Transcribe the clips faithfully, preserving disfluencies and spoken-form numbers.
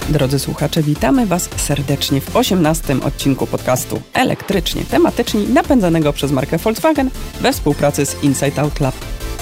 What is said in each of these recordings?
Drodzy słuchacze, witamy Was serdecznie w osiemnastym odcinku podcastu Elektrycznie Tematyczni, napędzanego przez markę Volkswagen we współpracy z Inside Out Lab.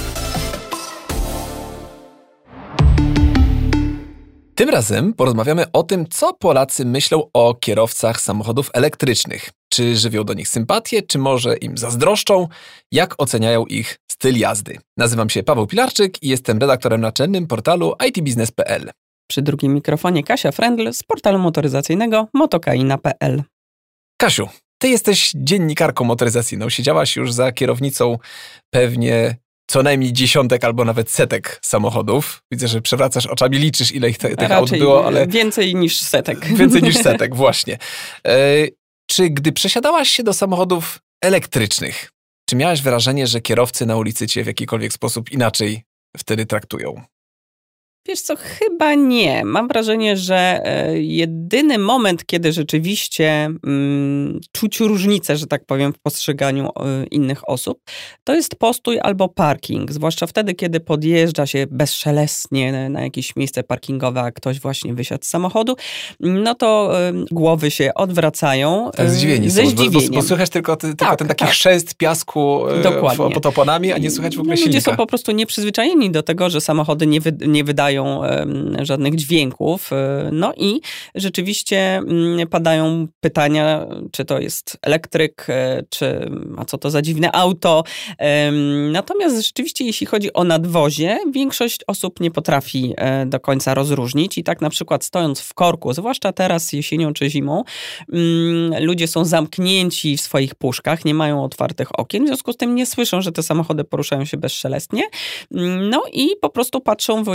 Tym razem porozmawiamy o tym, co Polacy myślą o kierowcach samochodów elektrycznych. Czy żywią do nich sympatię, czy może im zazdroszczą? Jak oceniają ich styl jazdy? Nazywam się Paweł Pilarczyk i jestem redaktorem naczelnym portalu i t biznes kropka p l. Przy drugim mikrofonie Kasia Frendl z portalu motoryzacyjnego motokaina kropka p l. Kasiu, ty jesteś dziennikarką motoryzacyjną. Siedziałaś już za kierownicą pewnie co najmniej dziesiątek albo nawet setek samochodów. Widzę, że przewracasz oczami, liczysz, ile ich te, tych aut było, ale... więcej niż setek. Więcej niż setek, właśnie. E, czy gdy przesiadałaś się do samochodów elektrycznych, czy miałaś wrażenie, że kierowcy na ulicy cię w jakikolwiek sposób inaczej wtedy traktują? Wiesz co, chyba nie. Mam wrażenie, że jedyny moment, kiedy rzeczywiście mm, czuć różnicę, że tak powiem, w postrzeganiu innych osób, to jest postój albo parking. Zwłaszcza wtedy, kiedy podjeżdża się bezszelestnie na jakieś miejsce parkingowe, a ktoś właśnie wysiadł z samochodu, no to y, głowy się odwracają. Tak, zdziwieni ze są, zdziwieniem. Bo, bo słychać tylko, ty, tylko tak, ten taki tak. chrzest piasku y, pod oponami, a nie słychać w ogóle no, silnika. Ludzie są po prostu nieprzyzwyczajeni do tego, że samochody nie, wy, nie wydają żadnych dźwięków. No i rzeczywiście padają pytania, czy to jest elektryk, czy a co to za dziwne auto. Natomiast rzeczywiście, jeśli chodzi o nadwozie, większość osób nie potrafi do końca rozróżnić i tak na przykład stojąc w korku, zwłaszcza teraz jesienią czy zimą, ludzie są zamknięci w swoich puszkach, nie mają otwartych okien, w związku z tym nie słyszą, że te samochody poruszają się bezszelestnie. No i po prostu patrzą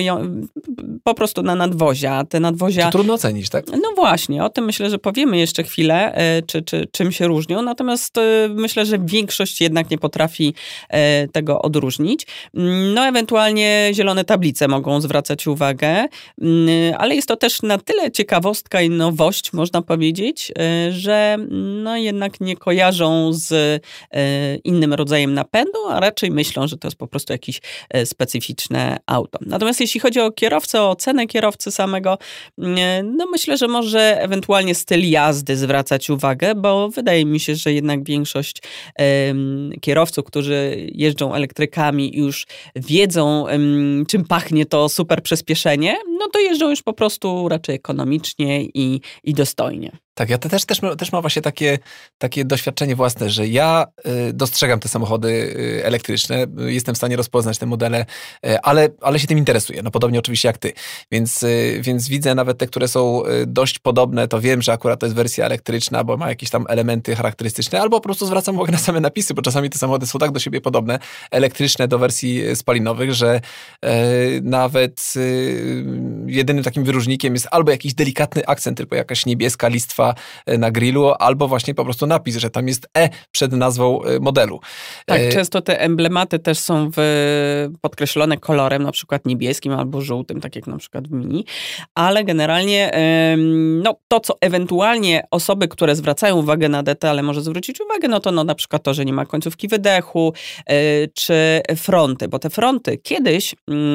po prostu na nadwozia. Te nadwozia... To trudno ocenić, tak? No właśnie, o tym myślę, że powiemy jeszcze chwilę, czy, czy czym się różnią, natomiast myślę, że większość jednak nie potrafi tego odróżnić. No ewentualnie zielone tablice mogą zwracać uwagę, ale jest to też na tyle ciekawostka i nowość, można powiedzieć, że no jednak nie kojarzą z innym rodzajem napędu, a raczej myślą, że to jest po prostu jakieś specyficzne auto. Natomiast jeśli chodzi o kierowcę, o cenę kierowcy samego, no myślę, że może ewentualnie styl jazdy zwracać uwagę, bo wydaje mi się, że jednak większość um, kierowców, którzy jeżdżą elektrykami i już wiedzą, um, czym pachnie to super przyspieszenie, no to jeżdżą już po prostu raczej ekonomicznie i, i dostojnie. Tak, ja te też, też, też mam właśnie takie, takie doświadczenie własne, że ja y, dostrzegam te samochody y, elektryczne, y, jestem w stanie rozpoznać te modele, y, ale, ale się tym interesuję, no podobnie oczywiście jak ty. Więc, y, więc widzę nawet te, które są y, dość podobne, to wiem, że akurat to jest wersja elektryczna, bo ma jakieś tam elementy charakterystyczne, albo po prostu zwracam uwagę na same napisy, bo czasami te samochody są tak do siebie podobne, elektryczne do wersji spalinowych, że y, nawet y, jedynym takim wyróżnikiem jest albo jakiś delikatny akcent, tylko jakaś niebieska listwa na grillu, albo właśnie po prostu napis, że tam jest E przed nazwą modelu. Tak, e... często te emblematy też są w, podkreślone kolorem, na przykład niebieskim albo żółtym, tak jak na przykład w Mini, ale generalnie no, to, co ewentualnie osoby, które zwracają uwagę na detale, może zwrócić uwagę, no to no, na przykład to, że nie ma końcówki wydechu, czy fronty, bo te fronty kiedyś,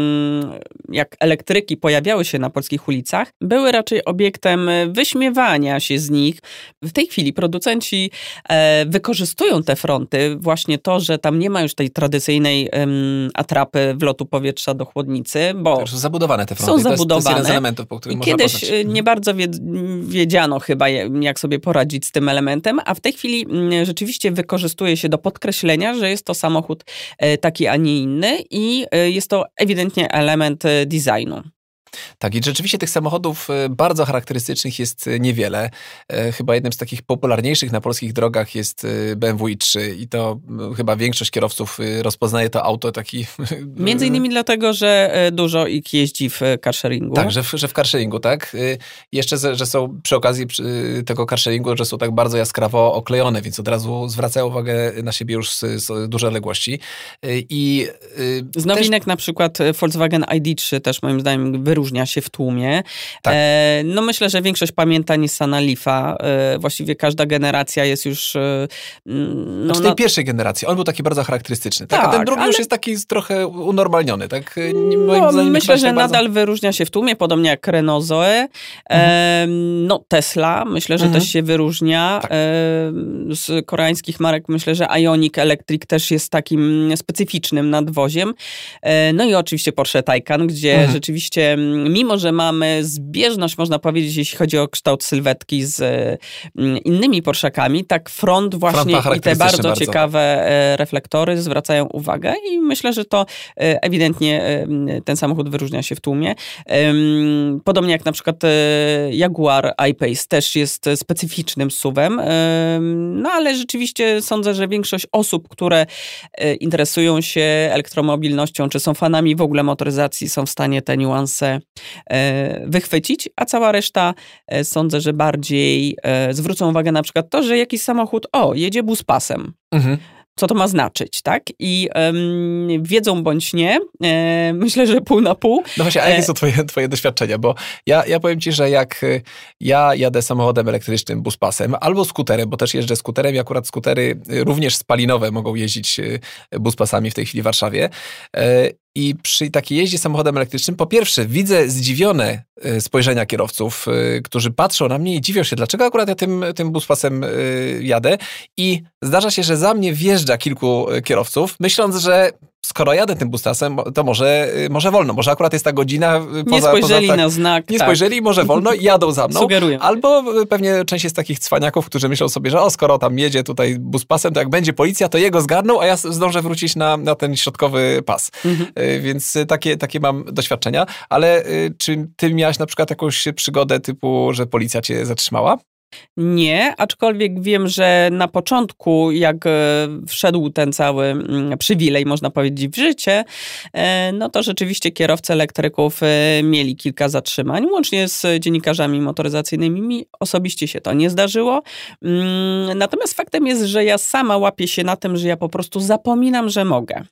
jak elektryki pojawiały się na polskich ulicach, były raczej obiektem wyśmiewania się z nich. W tej chwili producenci e, wykorzystują te fronty, właśnie to, że tam nie ma już tej tradycyjnej em, atrapy wlotu powietrza do chłodnicy, bo to są zabudowane te fronty. Są to zabudowane. Jest, to jest jeden z elementów, po którym I można kiedyś poznać. nie bardzo wiedziano chyba, jak sobie poradzić z tym elementem, a w tej chwili rzeczywiście wykorzystuje się do podkreślenia, że jest to samochód taki, a nie inny i jest to ewidentnie element designu. Tak, i rzeczywiście tych samochodów bardzo charakterystycznych jest niewiele. Chyba jednym z takich popularniejszych na polskich drogach jest B M W i trzy i to chyba większość kierowców rozpoznaje to auto taki... Między innymi dlatego, że dużo ich jeździ w carsharingu. Tak, że w, że w carsharingu, tak. Jeszcze, że są przy okazji tego carsharingu, że są tak bardzo jaskrawo oklejone, więc od razu zwracają uwagę na siebie już z, z duże odległości. I z nowinek też... na przykład Volkswagen I D trzy też moim zdaniem wyróżnia wyróżnia się w tłumie. Tak. E, no myślę, że większość pamięta Nissana Leafa. E, właściwie każda generacja jest już... E, no, znaczy tej no, pierwszej generacji. On był taki bardzo charakterystyczny. Tak, tak, a ten drugi ale... już jest taki trochę unormalniony. Tak? No, myślę, że bardzo... nadal wyróżnia się w tłumie, podobnie jak Renault Zoe. Mhm. E, no Tesla, myślę, że mhm. też się wyróżnia. Tak. E, z koreańskich marek myślę, że Ioniq Electric też jest takim specyficznym nadwoziem. E, no i oczywiście Porsche Taycan, gdzie mhm. rzeczywiście, mimo że mamy zbieżność, można powiedzieć, jeśli chodzi o kształt sylwetki z innymi Porszakami, tak front właśnie front i te bardzo, bardzo ciekawe reflektory zwracają uwagę i myślę, że to ewidentnie ten samochód wyróżnia się w tłumie. Podobnie jak na przykład Jaguar I-Pace też jest specyficznym suwem, no ale rzeczywiście sądzę, że większość osób, które interesują się elektromobilnością, czy są fanami w ogóle motoryzacji, są w stanie te niuanse wychwycić, a cała reszta sądzę, że bardziej zwrócą uwagę na przykład to, że jakiś samochód, o, jedzie buspasem. Mhm. Co to ma znaczyć, tak? I um, wiedzą bądź nie, e, myślę, że pół na pół. No właśnie, a jakie są twoje, twoje doświadczenia? Bo ja, ja powiem ci, że jak ja jadę samochodem elektrycznym, buspasem, albo skuterem, bo też jeżdżę skuterem i akurat skutery również spalinowe mogą jeździć buspasami w tej chwili w Warszawie. E, I przy takiej jeździe samochodem elektrycznym, po pierwsze, widzę zdziwione spojrzenia kierowców, którzy patrzą na mnie i dziwią się, dlaczego akurat ja tym, tym buspasem jadę. I zdarza się, że za mnie wjeżdża kilku kierowców, myśląc, że skoro jadę tym buspasem, to może, może wolno. Może akurat jest ta godzina poza... Nie spojrzeli poza, tak, na znak. Nie tak. spojrzeli, może wolno i jadą za mną. Sugerują. Albo pewnie część jest takich cwaniaków, którzy myślą sobie, że o, skoro tam jedzie tutaj buspasem, to jak będzie policja, to jego zgarną, a ja zdążę wrócić na, na ten środkowy pas. Mhm. Więc takie, takie mam doświadczenia. Ale czy ty miałaś na przykład jakąś przygodę typu, że policja cię zatrzymała? Nie, aczkolwiek wiem, że na początku, jak wszedł ten cały przywilej, można powiedzieć, w życie, no to rzeczywiście kierowcy elektryków mieli kilka zatrzymań, łącznie z dziennikarzami motoryzacyjnymi. Mi osobiście się to nie zdarzyło. Natomiast faktem jest, że ja sama łapię się na tym, że ja po prostu zapominam, że mogę.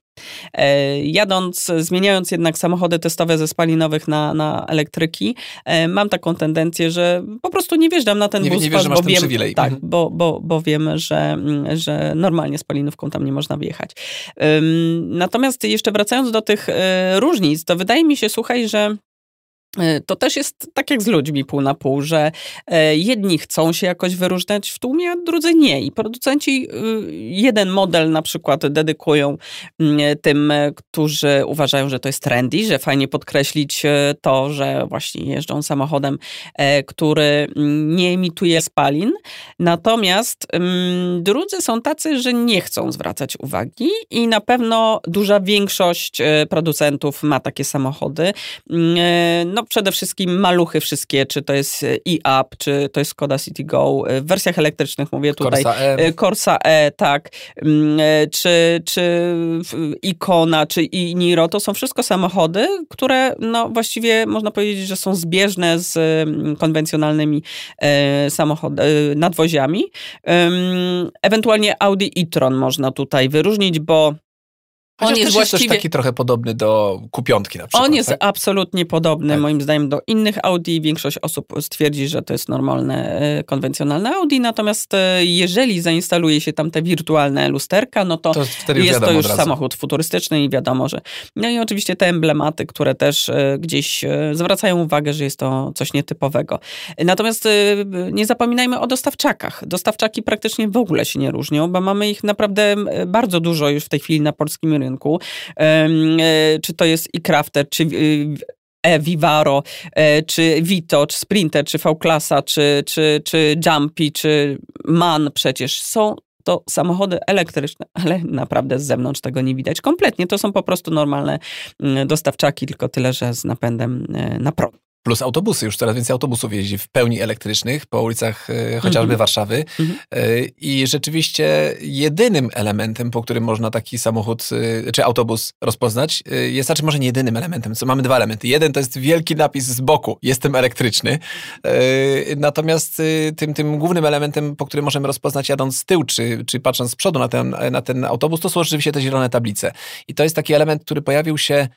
Jadąc, zmieniając jednak samochody testowe ze spalinowych na, na elektryki, mam taką tendencję, że po prostu nie wjeżdżam na ten nie, bus, nie wiesz, że masz bo ten wiem, przywilej. tak, mhm. bo, bo, bo wiemy, że, że normalnie spalinówką tam nie można wjechać. Natomiast jeszcze wracając do tych różnic, to wydaje mi się, słuchaj, że to też jest tak jak z ludźmi pół na pół, że jedni chcą się jakoś wyróżniać w tłumie, a drudzy nie. I producenci jeden model na przykład dedykują tym, którzy uważają, że to jest trendy, że fajnie podkreślić to, że właśnie jeżdżą samochodem, który nie emituje spalin. Natomiast drudzy są tacy, że nie chcą zwracać uwagi i na pewno duża większość producentów ma takie samochody. No przede wszystkim maluchy wszystkie, czy to jest e-up, czy to jest Skoda Citigo, w wersjach elektrycznych mówię tutaj. Corsa E. Corsa E, tak. Czy, czy Icona, czy i Niro, to są wszystko samochody, które no właściwie można powiedzieć, że są zbieżne z konwencjonalnymi samochodami, nadwoziami. Ewentualnie Audi e-tron można tutaj wyróżnić, bo on jest właściwie jest taki trochę podobny do Q pięć na przykład. On jest tak? absolutnie podobny, tak. moim zdaniem, do innych Audi. Większość osób stwierdzi, że to jest normalne, konwencjonalne Audi. Natomiast jeżeli zainstaluje się tam te wirtualne lusterka, no to, to jest to już samochód futurystyczny i wiadomo, że... No i oczywiście te emblematy, które też gdzieś zwracają uwagę, że jest to coś nietypowego. Natomiast nie zapominajmy o dostawczakach. Dostawczaki praktycznie w ogóle się nie różnią, bo mamy ich naprawdę bardzo dużo już w tej chwili na polskim rynku. Czy to jest e-Crafter, czy e-Vivaro, czy Vito, czy Sprinter, czy V-Klasa, czy, czy, czy Jumpy, czy MAN przecież są to samochody elektryczne, ale naprawdę z zewnątrz tego nie widać kompletnie. To są po prostu normalne dostawczaki, tylko tyle, że z napędem na prąd. Plus autobusy, już coraz więcej autobusów jeździ w pełni elektrycznych po ulicach e, chociażby mm-hmm. Warszawy. Mm-hmm. E, I rzeczywiście jedynym elementem, po którym można taki samochód e, czy autobus rozpoznać, e, jest, znaczy może nie jedynym elementem, co mamy dwa elementy. Jeden to jest wielki napis z boku, jestem elektryczny. E, natomiast e, tym, tym głównym elementem, po którym możemy rozpoznać jadąc z tyłu, czy, czy patrząc z przodu na ten, na ten autobus, to są rzeczywiście te zielone tablice. I to jest taki element, który pojawił się e,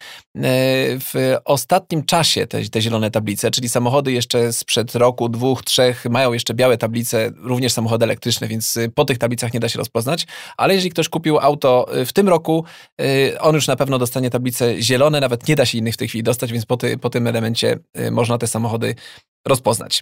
w ostatnim czasie, te, te zielone tablice, czyli samochody jeszcze sprzed roku, dwóch, trzech mają jeszcze białe tablice, również samochody elektryczne, więc po tych tablicach nie da się rozpoznać, ale jeżeli ktoś kupił auto w tym roku, on już na pewno dostanie tablice zielone, nawet nie da się innych w tej chwili dostać, więc po, ty, po tym elemencie można te samochody rozpoznać.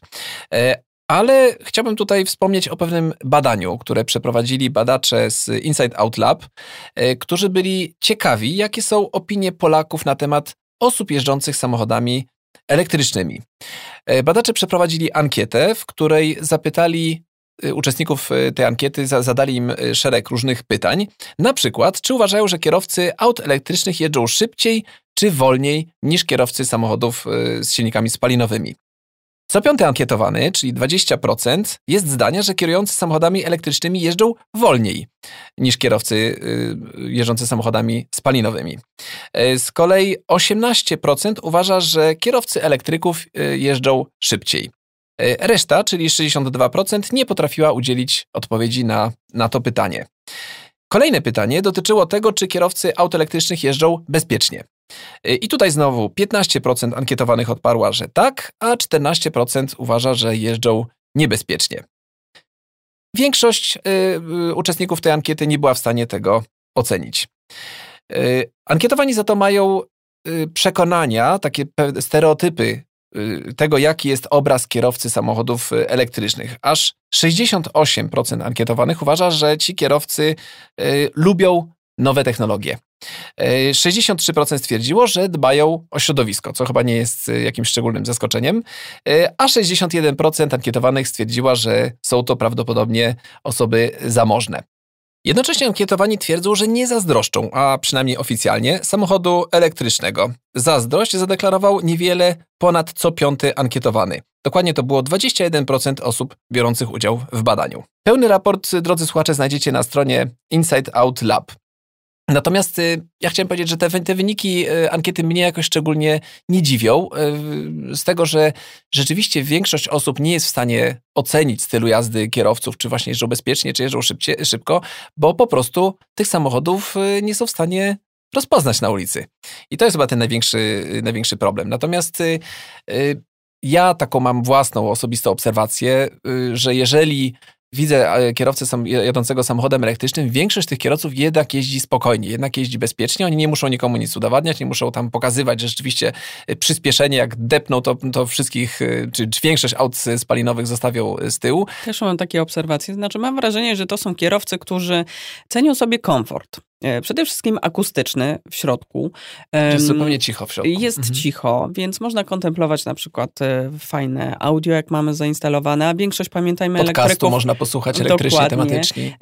Ale chciałbym tutaj wspomnieć o pewnym badaniu, które przeprowadzili badacze z Inside Out Lab, którzy byli ciekawi, jakie są opinie Polaków na temat osób jeżdżących samochodami elektrycznymi. Badacze przeprowadzili ankietę, w której zapytali uczestników tej ankiety, zadali im szereg różnych pytań. Na przykład, czy uważają, że kierowcy aut elektrycznych jeżdżą szybciej czy wolniej niż kierowcy samochodów z silnikami spalinowymi. Co piąty ankietowany, czyli dwadzieścia procent, jest zdania, że kierujący samochodami elektrycznymi jeżdżą wolniej niż kierowcy jeżdżący samochodami spalinowymi. Z kolei osiemnaście procent uważa, że kierowcy elektryków jeżdżą szybciej. Reszta, czyli sześćdziesiąt dwa procent, nie potrafiła udzielić odpowiedzi na, na to pytanie. Kolejne pytanie dotyczyło tego, czy kierowcy aut elektrycznych jeżdżą bezpiecznie. I tutaj znowu piętnaście procent ankietowanych odparła, że tak, a czternaście procent uważa, że jeżdżą niebezpiecznie. Większość y, uczestników tej ankiety nie była w stanie tego ocenić. Y, ankietowani za to mają y, przekonania, takie stereotypy y, tego, jaki jest obraz kierowcy samochodów elektrycznych. Aż sześćdziesiąt osiem procent ankietowanych uważa, że ci kierowcy y, lubią nowe technologie. sześćdziesiąt trzy procent stwierdziło, że dbają o środowisko, co chyba nie jest jakimś szczególnym zaskoczeniem, a sześćdziesiąt jeden procent ankietowanych stwierdziła, że są to prawdopodobnie osoby zamożne. Jednocześnie ankietowani twierdzą, że nie zazdroszczą, a przynajmniej oficjalnie, samochodu elektrycznego. Zazdrość zadeklarował niewiele ponad co piąty ankietowany. Dokładnie to było dwadzieścia jeden procent osób biorących udział w badaniu. Pełny raport, drodzy słuchacze, znajdziecie na stronie Inside Out Lab. Natomiast y, ja chciałem powiedzieć, że te, te wyniki y, ankiety mnie jakoś szczególnie nie dziwią, y, z tego, że rzeczywiście większość osób nie jest w stanie ocenić stylu jazdy kierowców, czy właśnie jeżdżą bezpiecznie, czy jeżdżą szybcie, szybko, bo po prostu tych samochodów y, nie są w stanie rozpoznać na ulicy. I to jest chyba ten największy, y, największy problem. Natomiast y, y, ja taką mam własną, osobistą obserwację, y, że jeżeli widzę kierowcę sam, jadącego samochodem elektrycznym, większość tych kierowców jednak jeździ spokojnie, jednak jeździ bezpiecznie, oni nie muszą nikomu nic udowadniać, nie muszą tam pokazywać, że rzeczywiście przyspieszenie, jak depną, to, to wszystkich, czy, czy większość aut spalinowych zostawią z tyłu. Też mam takie obserwacje, znaczy mam wrażenie, że to są kierowcy, którzy cenią sobie komfort. Przede wszystkim akustyczny w środku. Jest zupełnie cicho w środku. Jest mhm. cicho, więc można kontemplować na przykład fajne audio, jak mamy zainstalowane, a większość, pamiętajmy, podcastu elektryków... można posłuchać elektrycznie, tematycznie.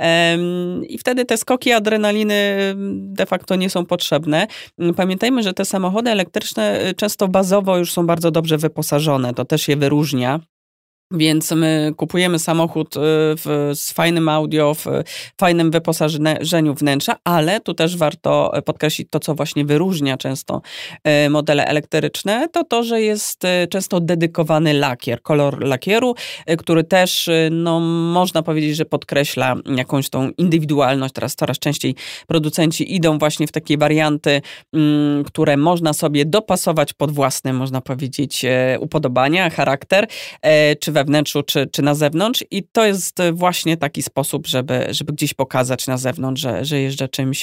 I wtedy te skoki adrenaliny de facto nie są potrzebne. Pamiętajmy, że te samochody elektryczne często bazowo już są bardzo dobrze wyposażone, to też je wyróżnia. Więc my kupujemy samochód w, z fajnym audio, w fajnym wyposażeniu wnętrza, ale tu też warto podkreślić to, co właśnie wyróżnia często modele elektryczne, to to, że jest często dedykowany lakier, kolor lakieru, który też, no, można powiedzieć, że podkreśla jakąś tą indywidualność. Teraz coraz częściej producenci idą właśnie w takie warianty, które można sobie dopasować pod własne, można powiedzieć, upodobania, charakter, czy we wnętrzu, czy, czy na zewnątrz, i to jest właśnie taki sposób, żeby, żeby gdzieś pokazać na zewnątrz, że, że jeżdżę czymś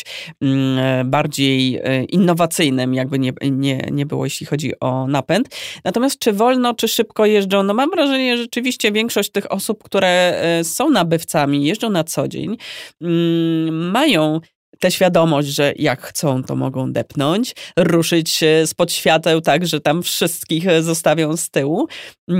mm, bardziej innowacyjnym, jakby nie, nie, nie było, jeśli chodzi o napęd. Natomiast czy wolno, czy szybko jeżdżą? No mam wrażenie, że rzeczywiście większość tych osób, które są nabywcami, jeżdżą na co dzień, mm, mają tę świadomość, że jak chcą, to mogą depnąć, ruszyć spod świateł tak, że tam wszystkich zostawią z tyłu.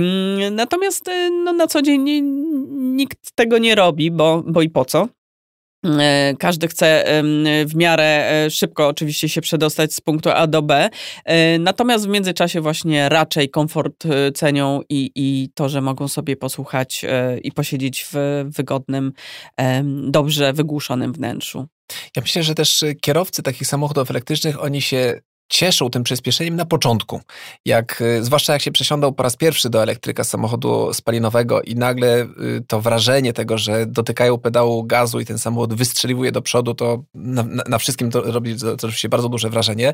Natomiast no, na co dzień nikt tego nie robi, bo, bo i po co? Każdy chce w miarę szybko oczywiście się przedostać z punktu A do B, natomiast w międzyczasie właśnie raczej komfort cenią i, i to, że mogą sobie posłuchać i posiedzieć w wygodnym, dobrze wygłuszonym wnętrzu. Ja myślę, że też kierowcy takich samochodów elektrycznych, oni się cieszą tym przyspieszeniem na początku. Jak, zwłaszcza jak się przesiądą po raz pierwszy do elektryka samochodu spalinowego i nagle to wrażenie tego, że dotykają pedału gazu i ten samochód wystrzeliwuje do przodu, to na, na wszystkim to robi to, to oczywiście bardzo duże wrażenie.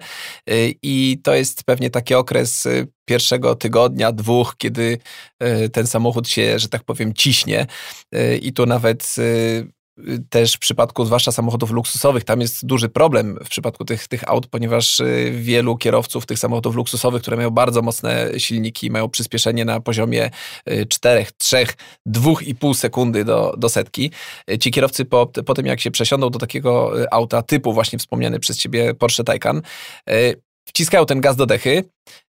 I to jest pewnie taki okres pierwszego tygodnia, dwóch, kiedy ten samochód się, że tak powiem, ciśnie. I tu nawet też w przypadku zwłaszcza samochodów luksusowych, tam jest duży problem w przypadku tych, tych aut, ponieważ wielu kierowców tych samochodów luksusowych, które mają bardzo mocne silniki, mają przyspieszenie na poziomie cztery, trzy, dwa i pół sekundy do, do setki. Ci kierowcy po, po tym, jak się przesiądą do takiego auta typu właśnie wspomniany przez ciebie Porsche Taycan, wciskają ten gaz do dechy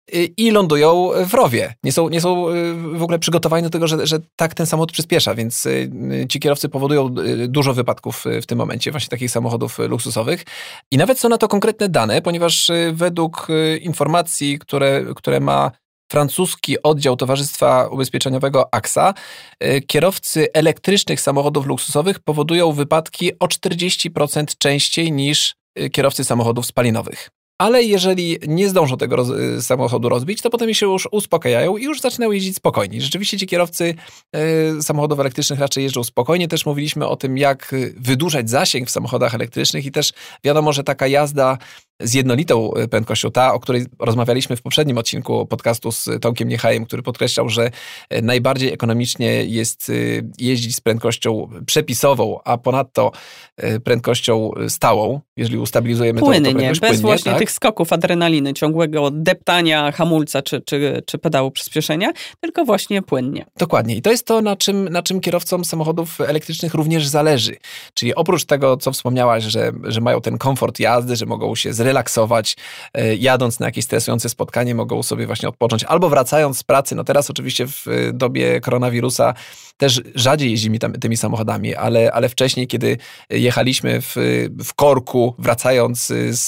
i lądują w rowie. Nie są, nie są w ogóle przygotowani do tego, że, że tak ten samochód przyspiesza, więc ci kierowcy powodują dużo wypadków w tym momencie, właśnie takich samochodów luksusowych. I nawet są na to konkretne dane, ponieważ według informacji, które, które ma francuski oddział Towarzystwa Ubezpieczeniowego A X A, kierowcy elektrycznych samochodów luksusowych powodują wypadki o czterdzieści procent częściej niż kierowcy samochodów spalinowych. Ale jeżeli nie zdążą tego roz, samochodu rozbić, to potem się już uspokajają i już zaczynają jeździć spokojniej. Rzeczywiście ci kierowcy y, samochodów elektrycznych raczej jeżdżą spokojnie. Też mówiliśmy o tym, jak wydłużać zasięg w samochodach elektrycznych i też wiadomo, że taka jazda z jednolitą prędkością, ta, o której rozmawialiśmy w poprzednim odcinku podcastu z Tomkiem Niechajem, który podkreślał, że najbardziej ekonomicznie jest jeździć z prędkością przepisową, a ponadto prędkością stałą, jeżeli ustabilizujemy płynnie, to, to prędkość bez płynnie. właśnie tak? tych skoków adrenaliny, ciągłego deptania hamulca czy, czy, czy pedału przyspieszenia, tylko właśnie płynnie. Dokładnie. I to jest to, na czym, na czym kierowcom samochodów elektrycznych również zależy. Czyli oprócz tego, co wspomniałaś, że, że mają ten komfort jazdy, że mogą się zrelaksować, jadąc na jakieś stresujące spotkanie, mogą sobie właśnie odpocząć, albo wracając z pracy. No teraz oczywiście w dobie koronawirusa też rzadziej jeździmy tam, tymi samochodami, ale, ale wcześniej, kiedy jechaliśmy w, w korku, wracając z,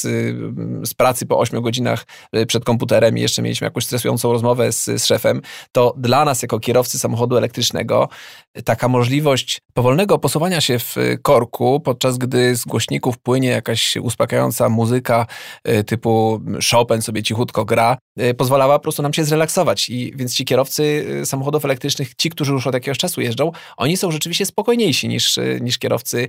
z pracy po ośmiu godzinach przed komputerem i jeszcze mieliśmy jakąś stresującą rozmowę z, z szefem, to dla nas jako kierowcy samochodu elektrycznego taka możliwość powolnego posuwania się w korku, podczas gdy z głośników płynie jakaś uspokajająca muzyka typu Chopin sobie cichutko gra, pozwalała po prostu nam się zrelaksować. I więc ci kierowcy samochodów elektrycznych, ci, którzy już od jakiegoś czasu jeżdżą, oni są rzeczywiście spokojniejsi niż, niż kierowcy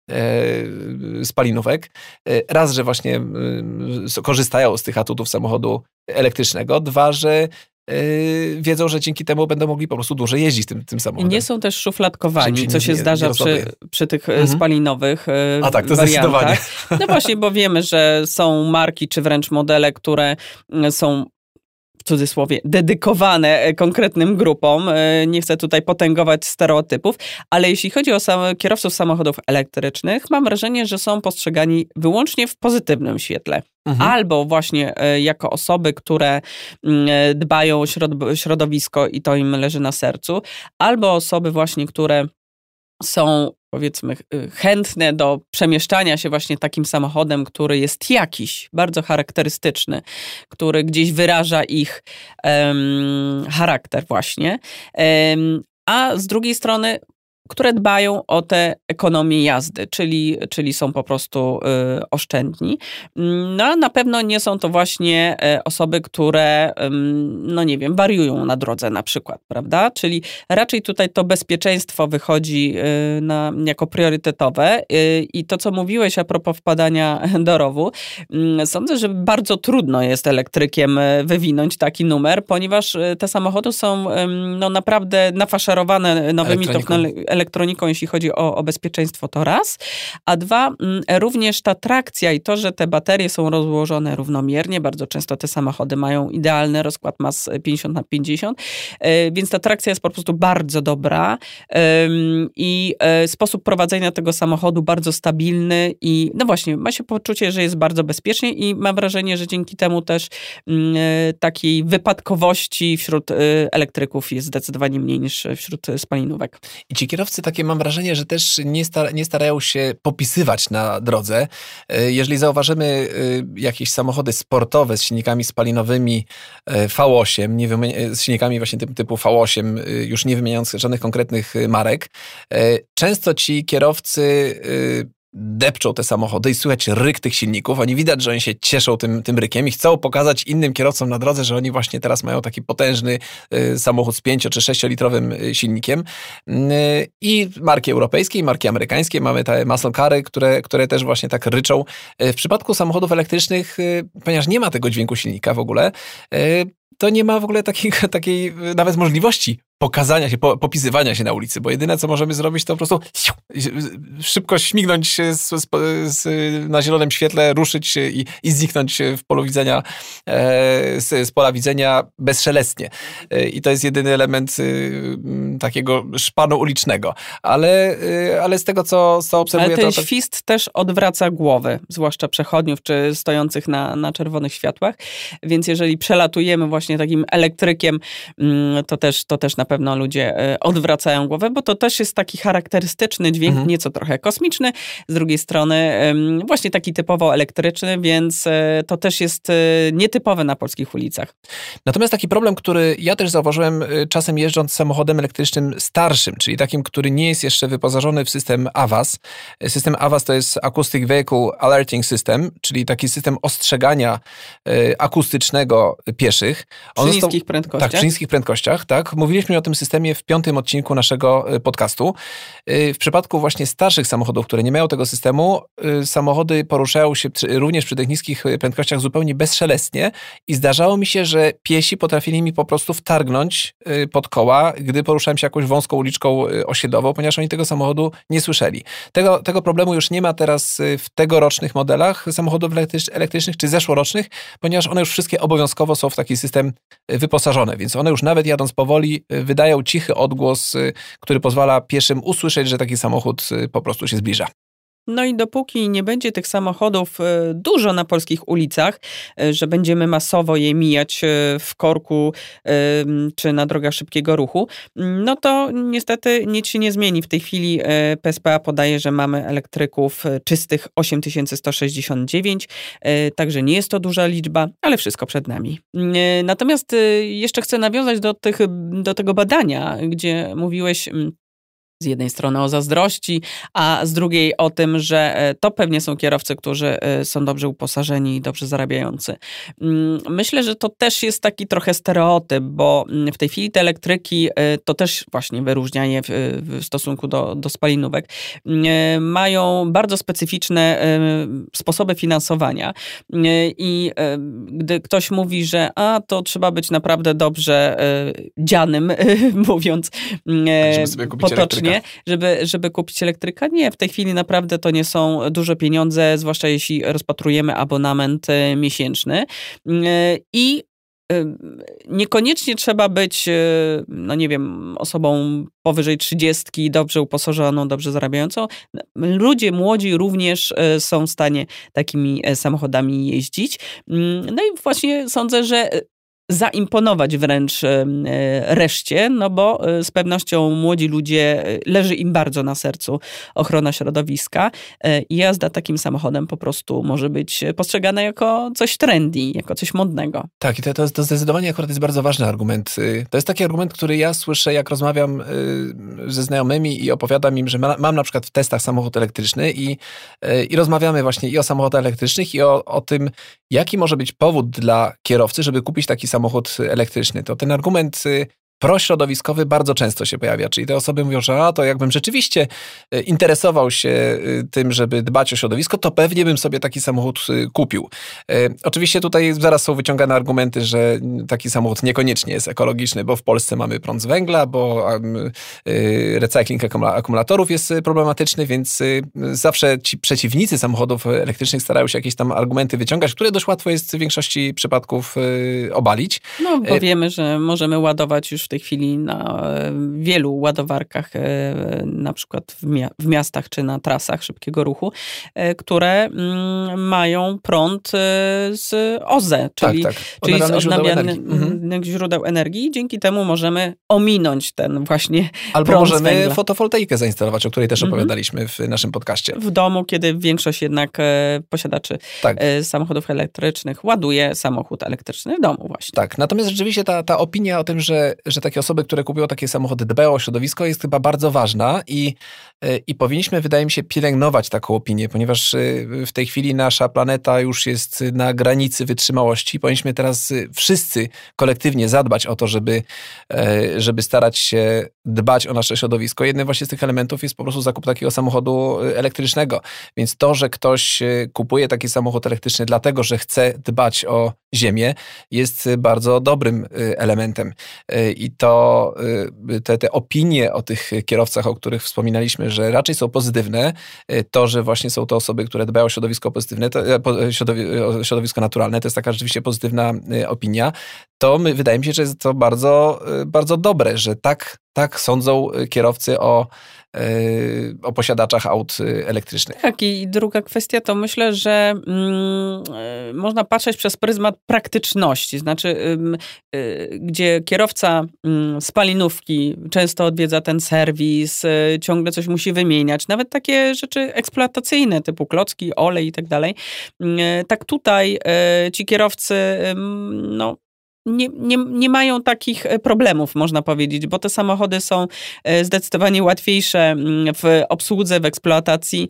e, spalinówek. Raz, że właśnie e, korzystają z tych atutów samochodu elektrycznego, dwa, że Yy, wiedzą, że dzięki temu będą mogli po prostu dłużej jeździć tym, tym samochodem. I nie są też szufladkowani, się co się nie, zdarza nie przy, przy tych mhm. spalinowych yy, A tak, to wariantach. zdecydowanie. No właśnie, bo wiemy, że są marki, czy wręcz modele, które są w cudzysłowie, dedykowane konkretnym grupom. Nie chcę tutaj potęgować stereotypów, ale jeśli chodzi o sam, kierowców samochodów elektrycznych, mam wrażenie, że są postrzegani wyłącznie w pozytywnym świetle. Mhm. Albo właśnie jako osoby, które dbają o środowisko i to im leży na sercu, albo osoby właśnie, które są, powiedzmy, chętne do przemieszczania się właśnie takim samochodem, który jest jakiś, bardzo charakterystyczny, który gdzieś wyraża ich um, charakter właśnie. Um, a z drugiej strony, które dbają o tę ekonomię jazdy, czyli, czyli są po prostu y, oszczędni. No a na pewno nie są to właśnie y, osoby, które, y, no nie wiem, wariują na drodze na przykład, prawda? Czyli raczej tutaj to bezpieczeństwo wychodzi y, na, jako priorytetowe y, i to, co mówiłeś a propos wpadania do rowu, y, sądzę, że bardzo trudno jest elektrykiem wywinąć taki numer, ponieważ y, te samochody są y, no naprawdę nafaszerowane nowymi technologiami, elektroniką, jeśli chodzi o, o bezpieczeństwo, to raz. A dwa, również ta trakcja i to, że te baterie są rozłożone równomiernie, bardzo często te samochody mają idealny rozkład mas pięćdziesiąt na pięćdziesiąt, więc ta trakcja jest po prostu bardzo dobra i sposób prowadzenia tego samochodu bardzo stabilny i no właśnie, ma się poczucie, że jest bardzo bezpiecznie i mam wrażenie, że dzięki temu też takiej wypadkowości wśród elektryków jest zdecydowanie mniej niż wśród spalinówek. I ci kierowcy kierowcy takie mam wrażenie, że też nie, star- nie starają się popisywać na drodze. Jeżeli zauważymy jakieś samochody sportowe z silnikami spalinowymi V osiem, nie wymienia- z silnikami właśnie typu, typu V osiem, już nie wymieniając żadnych konkretnych marek, często ci kierowcy depczą te samochody i słychać ryk tych silników. Oni widać, że oni się cieszą tym, tym rykiem i chcą pokazać innym kierowcom na drodze, że oni właśnie teraz mają taki potężny y, samochód z pięcio- czy sześciolitrowym silnikiem. Y, I marki europejskie, i marki amerykańskie. Mamy te muscle cary, które, które też właśnie tak ryczą. Y, w przypadku samochodów elektrycznych, y, ponieważ nie ma tego dźwięku silnika w ogóle, y, to nie ma w ogóle takiej, takiej nawet możliwości pokazania się, po, popisywania się na ulicy, bo jedyne, co możemy zrobić, to po prostu szybko śmignąć z, z, z, na zielonym świetle, ruszyć i, i zniknąć w polu widzenia, e, z, z pola widzenia bezszelestnie. E, I to jest jedyny element e, takiego szpanu ulicznego. Ale, e, ale z tego, co, co obserwuję... Ale ten to, to... świst też odwraca głowy, zwłaszcza przechodniów, czy stojących na, na czerwonych światłach, więc jeżeli przelatujemy właśnie takim elektrykiem, to też, to też na pewno ludzie odwracają głowę, bo to też jest taki charakterystyczny dźwięk, mhm. nieco trochę kosmiczny, z drugiej strony właśnie taki typowo elektryczny, więc to też jest nietypowe na polskich ulicach. Natomiast taki problem, który ja też zauważyłem czasem jeżdżąc samochodem elektrycznym starszym, czyli takim, który nie jest jeszcze wyposażony w system A V A S. System A V A S to jest Acoustic Vehicle Alerting System, czyli taki system ostrzegania akustycznego pieszych. Przy On niskich został, prędkościach. Tak, przy niskich prędkościach, tak. Mówiliśmy o tym systemie w piątym odcinku naszego podcastu. W przypadku właśnie starszych samochodów, które nie mają tego systemu, samochody poruszają się również przy tych niskich prędkościach zupełnie bezszelestnie i zdarzało mi się, że piesi potrafili mi po prostu wtargnąć pod koła, gdy poruszałem się jakąś wąską uliczką osiedlową, ponieważ oni tego samochodu nie słyszeli. Tego, tego problemu już nie ma teraz w tegorocznych modelach samochodów elektrycznych czy zeszłorocznych, ponieważ one już wszystkie obowiązkowo są w taki system wyposażone, więc one już nawet jadąc powoli wydają cichy odgłos, który pozwala pieszym usłyszeć, że taki samochód po prostu się zbliża. No i dopóki nie będzie tych samochodów dużo na polskich ulicach, że będziemy masowo je mijać w korku czy na drogach szybkiego ruchu, no to niestety nic się nie zmieni. W tej chwili P S P A podaje, że mamy elektryków czystych osiem tysięcy sto sześćdziesiąt dziewięć, także nie jest to duża liczba, ale wszystko przed nami. Natomiast jeszcze chcę nawiązać do, tych, do tego badania, gdzie mówiłeś z jednej strony o zazdrości, a z drugiej o tym, że to pewnie są kierowcy, którzy są dobrze uposażeni i dobrze zarabiający. Myślę, że to też jest taki trochę stereotyp, bo w tej chwili te elektryki, to też właśnie wyróżnia je w, w stosunku do, do spalinówek, mają bardzo specyficzne sposoby finansowania i gdy ktoś mówi, że a, to trzeba być naprawdę dobrze dzianym, mówiąc potocznie, Nie, żeby, żeby kupić elektryka. Nie, w tej chwili naprawdę to nie są duże pieniądze, zwłaszcza jeśli rozpatrujemy abonament miesięczny. I niekoniecznie trzeba być, no nie wiem, osobą powyżej trzydziestki, dobrze uposażoną, dobrze zarabiającą. Ludzie młodzi również są w stanie takimi samochodami jeździć. No i właśnie sądzę, że zaimponować wręcz reszcie, no bo z pewnością młodzi ludzie, leży im bardzo na sercu ochrona środowiska i jazda takim samochodem po prostu może być postrzegana jako coś trendy, jako coś modnego. Tak, i to, to, to zdecydowanie akurat jest bardzo ważny argument. To jest taki argument, który ja słyszę, jak rozmawiam ze znajomymi i opowiadam im, że ma, mam na przykład w testach samochód elektryczny i, i rozmawiamy właśnie i o samochodach elektrycznych i o, o tym, jaki może być powód dla kierowcy, żeby kupić taki samochód elektryczny. To ten argument prośrodowiskowy bardzo często się pojawia, czyli te osoby mówią, że a, to jakbym rzeczywiście interesował się tym, żeby dbać o środowisko, to pewnie bym sobie taki samochód kupił. Oczywiście tutaj zaraz są wyciągane argumenty, że taki samochód niekoniecznie jest ekologiczny, bo w Polsce mamy prąd z węgla, bo recykling akumulatorów jest problematyczny, więc zawsze ci przeciwnicy samochodów elektrycznych starają się jakieś tam argumenty wyciągać, które dość łatwo jest w większości przypadków obalić. No, bo wiemy, że możemy ładować już w tej chwili na wielu ładowarkach, na przykład w, mia- w miastach czy na trasach szybkiego ruchu, które mają prąd z O Z E, czyli, tak, tak. czyli z odnawialnych, innych źródeł energii. Dzięki temu możemy ominąć ten właśnie Albo prąd możemy z węgla. fotowoltaikę zainstalować, o której też Mhm. opowiadaliśmy w naszym podcaście. W domu, kiedy większość jednak e, posiadaczy Tak. e, samochodów elektrycznych ładuje samochód elektryczny w domu właśnie. Tak, natomiast rzeczywiście ta, ta opinia o tym, że, że takie osoby, które kupują takie samochody, dbają o środowisko, jest chyba bardzo ważna i, i powinniśmy, wydaje mi się, pielęgnować taką opinię, ponieważ w tej chwili nasza planeta już jest na granicy wytrzymałości. Powinniśmy teraz wszyscy kolektywnie zadbać o to, żeby, żeby starać się dbać o nasze środowisko. Jednym właśnie z tych elementów jest po prostu zakup takiego samochodu elektrycznego. Więc to, że ktoś kupuje taki samochód elektryczny dlatego, że chce dbać o ziemię, jest bardzo dobrym elementem. I to te, te opinie o tych kierowcach, o których wspominaliśmy, że raczej są pozytywne, to, że właśnie są to osoby, które dbają o środowisko pozytywne, to, o środowisko naturalne, to jest taka rzeczywiście pozytywna opinia, to my, wydaje mi się, że jest to bardzo, bardzo dobre, że tak, tak sądzą kierowcy o, o posiadaczach aut elektrycznych. Tak, i druga kwestia to myślę, że mm, można patrzeć przez pryzmat praktyczności, znaczy y, y, gdzie kierowca y, spalinówki często odwiedza ten serwis, y, ciągle coś musi wymieniać, nawet takie rzeczy eksploatacyjne typu klocki, olej i tak dalej. Tak tutaj y, ci kierowcy y, no Nie, nie, nie mają takich problemów, można powiedzieć, bo te samochody są zdecydowanie łatwiejsze w obsłudze, w eksploatacji,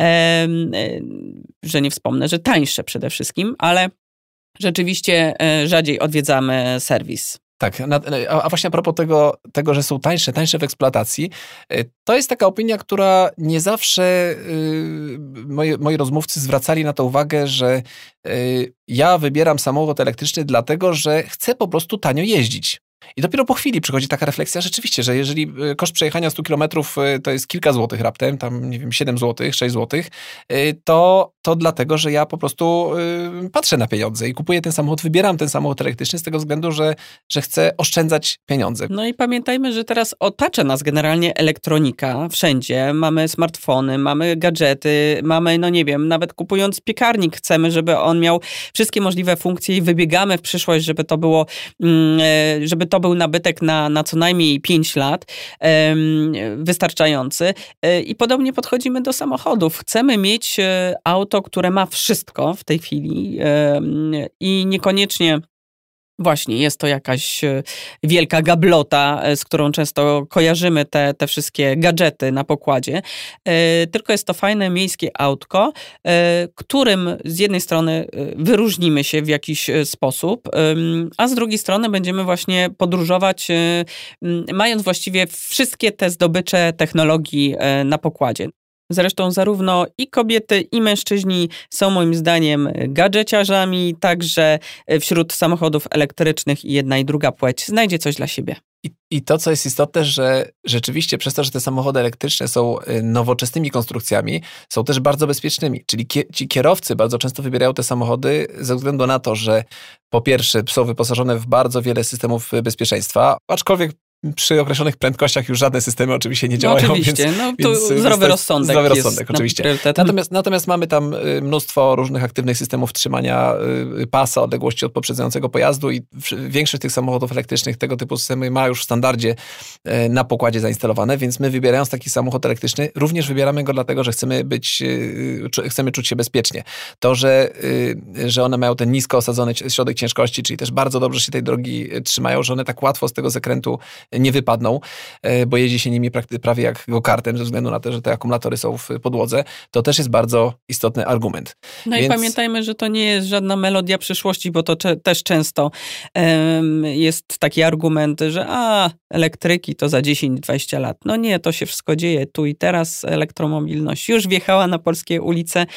że nie wspomnę, że tańsze przede wszystkim, ale rzeczywiście rzadziej odwiedzamy serwis. Tak, a właśnie a propos tego, tego, że są tańsze, tańsze w eksploatacji, to jest taka opinia, która nie zawsze yy, moi, moi rozmówcy zwracali na to uwagę, że yy, ja wybieram samochód elektryczny dlatego, że chcę po prostu tanio jeździć. I dopiero po chwili przychodzi taka refleksja rzeczywiście, że jeżeli koszt przejechania stu kilometrów to jest kilka złotych raptem, tam nie wiem, siedem złotych, sześć złotych, to, to dlatego, że ja po prostu patrzę na pieniądze i kupuję ten samochód, wybieram ten samochód elektryczny z tego względu, że, że chcę oszczędzać pieniądze. No i pamiętajmy, że teraz otacza nas generalnie elektronika wszędzie. Mamy smartfony, mamy gadżety, mamy, no nie wiem, nawet kupując piekarnik chcemy, żeby on miał wszystkie możliwe funkcje i wybiegamy w przyszłość, żeby to było, żeby to To był nabytek na, na co najmniej pięć lat, um, wystarczający. I podobnie podchodzimy do samochodów. Chcemy mieć auto, które ma wszystko w tej chwili um, i niekoniecznie właśnie jest to jakaś wielka gablota, z którą często kojarzymy te, te wszystkie gadżety na pokładzie, tylko jest to fajne miejskie autko, którym z jednej strony wyróżnimy się w jakiś sposób, a z drugiej strony będziemy właśnie podróżować, mając właściwie wszystkie te zdobycze technologii na pokładzie. Zresztą zarówno i kobiety, i mężczyźni są moim zdaniem gadżeciarzami, także wśród samochodów elektrycznych i jedna i druga płeć znajdzie coś dla siebie. I, I to, co jest istotne, że rzeczywiście przez to, że te samochody elektryczne są nowoczesnymi konstrukcjami, są też bardzo bezpiecznymi. Czyli kie, ci kierowcy bardzo często wybierają te samochody ze względu na to, że po pierwsze są wyposażone w bardzo wiele systemów bezpieczeństwa, aczkolwiek przy określonych prędkościach już żadne systemy oczywiście nie działają. No oczywiście, więc, no to więc zdrowy rozsądek zdrowy jest rozsądek, oczywiście. Na natomiast, natomiast mamy tam mnóstwo różnych aktywnych systemów trzymania pasa, odległości od poprzedzającego pojazdu i większość tych samochodów elektrycznych tego typu systemy ma już w standardzie na pokładzie zainstalowane, więc my wybierając taki samochód elektryczny, również wybieramy go dlatego, że chcemy być, chcemy czuć się bezpiecznie. To, że, że one mają ten nisko osadzony środek ciężkości, czyli też bardzo dobrze się tej drogi trzymają, że one tak łatwo z tego zakrętu nie wypadną, bo jeździ się nimi prawie jak go-kartem ze względu na to, że te akumulatory są w podłodze, to też jest bardzo istotny argument. No Więc... i pamiętajmy, że to nie jest żadna melodia przyszłości, bo to cze- też często um, jest taki argument, że a, elektryki to za dziesięć dwadzieścia lat. No nie, to się wszystko dzieje tu i teraz. Elektromobilność już wjechała na polskie ulice,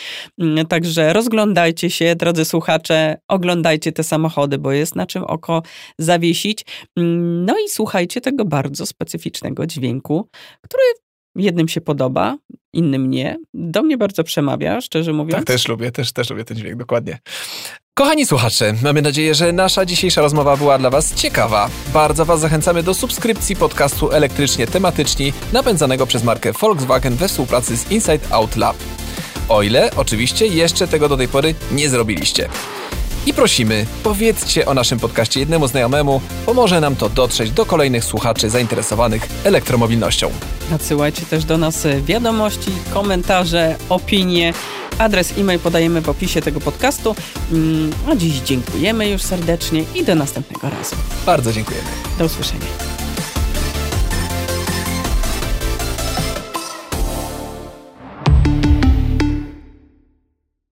także rozglądajcie się, drodzy słuchacze, oglądajcie te samochody, bo jest na czym oko zawiesić. No i słuchajcie tego bardzo specyficznego dźwięku, który jednym się podoba, innym nie. Do mnie bardzo przemawia, szczerze mówiąc. Tak, też lubię, też, też lubię ten dźwięk, dokładnie. Kochani słuchacze, mamy nadzieję, że nasza dzisiejsza rozmowa była dla Was ciekawa. Bardzo Was zachęcamy do subskrypcji podcastu Elektrycznie Tematyczni, napędzanego przez markę Volkswagen we współpracy z Inside Out Lab. O ile oczywiście jeszcze tego do tej pory nie zrobiliście. I prosimy, powiedzcie o naszym podcaście jednemu znajomemu, pomoże nam to dotrzeć do kolejnych słuchaczy zainteresowanych elektromobilnością. Nadsyłajcie też do nas wiadomości, komentarze, opinie. Adres e-mail podajemy w opisie tego podcastu. A dziś dziękujemy już serdecznie i do następnego razu. Bardzo dziękujemy. Do usłyszenia.